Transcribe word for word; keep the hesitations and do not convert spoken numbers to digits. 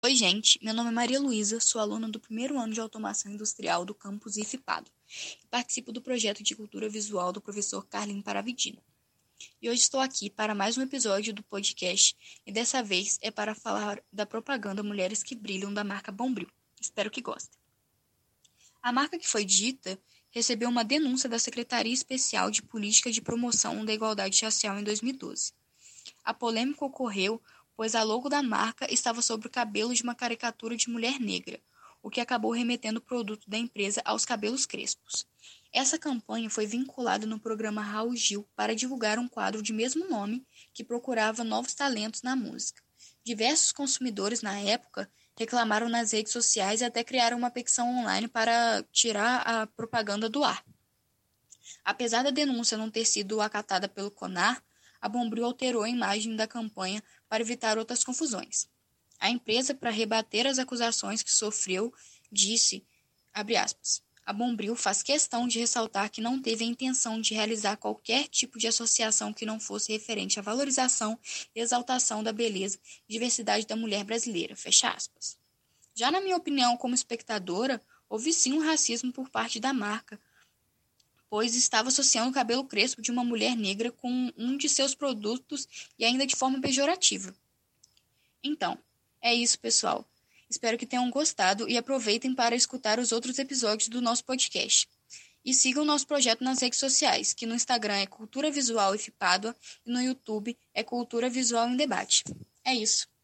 Oi, gente. Meu nome é Maria Luísa, sou aluna do primeiro ano de Automação Industrial do campus IFPADO e participo do projeto de Cultura Visual do professor Carlinho Paravidino. E hoje estou aqui para mais um episódio do podcast e dessa vez é para falar da propaganda Mulheres que Brilham da marca Bombril. Espero que gostem. A marca que foi dita recebeu uma denúncia da Secretaria Especial de Política de Promoção da Igualdade Racial em dois mil e doze. A polêmica ocorreu pois a logo da marca estava sobre o cabelo de uma caricatura de mulher negra, o que acabou remetendo o produto da empresa aos cabelos crespos. Essa campanha foi vinculada no programa Raul Gil para divulgar um quadro de mesmo nome que procurava novos talentos na música. Diversos consumidores, na época, reclamaram nas redes sociais e até criaram uma petição online para tirar a propaganda do ar. Apesar da denúncia não ter sido acatada pelo CONAR, a Bombril alterou a imagem da campanha para evitar outras confusões. A empresa, para rebater as acusações que sofreu, disse, abre aspas, a Bombril faz questão de ressaltar que não teve a intenção de realizar qualquer tipo de associação que não fosse referente à valorização e exaltação da beleza e diversidade da mulher brasileira, fecha aspas. Já na minha opinião, como espectadora, houve sim um racismo por parte da marca, pois estava associando o cabelo crespo de uma mulher negra com um de seus produtos e ainda de forma pejorativa. Então, é isso, pessoal. Espero que tenham gostado e aproveitem para escutar os outros episódios do nosso podcast. E sigam nosso projeto nas redes sociais, que no Instagram é Cultura Visual IFPADOA e no YouTube é Cultura Visual em Debate. É isso.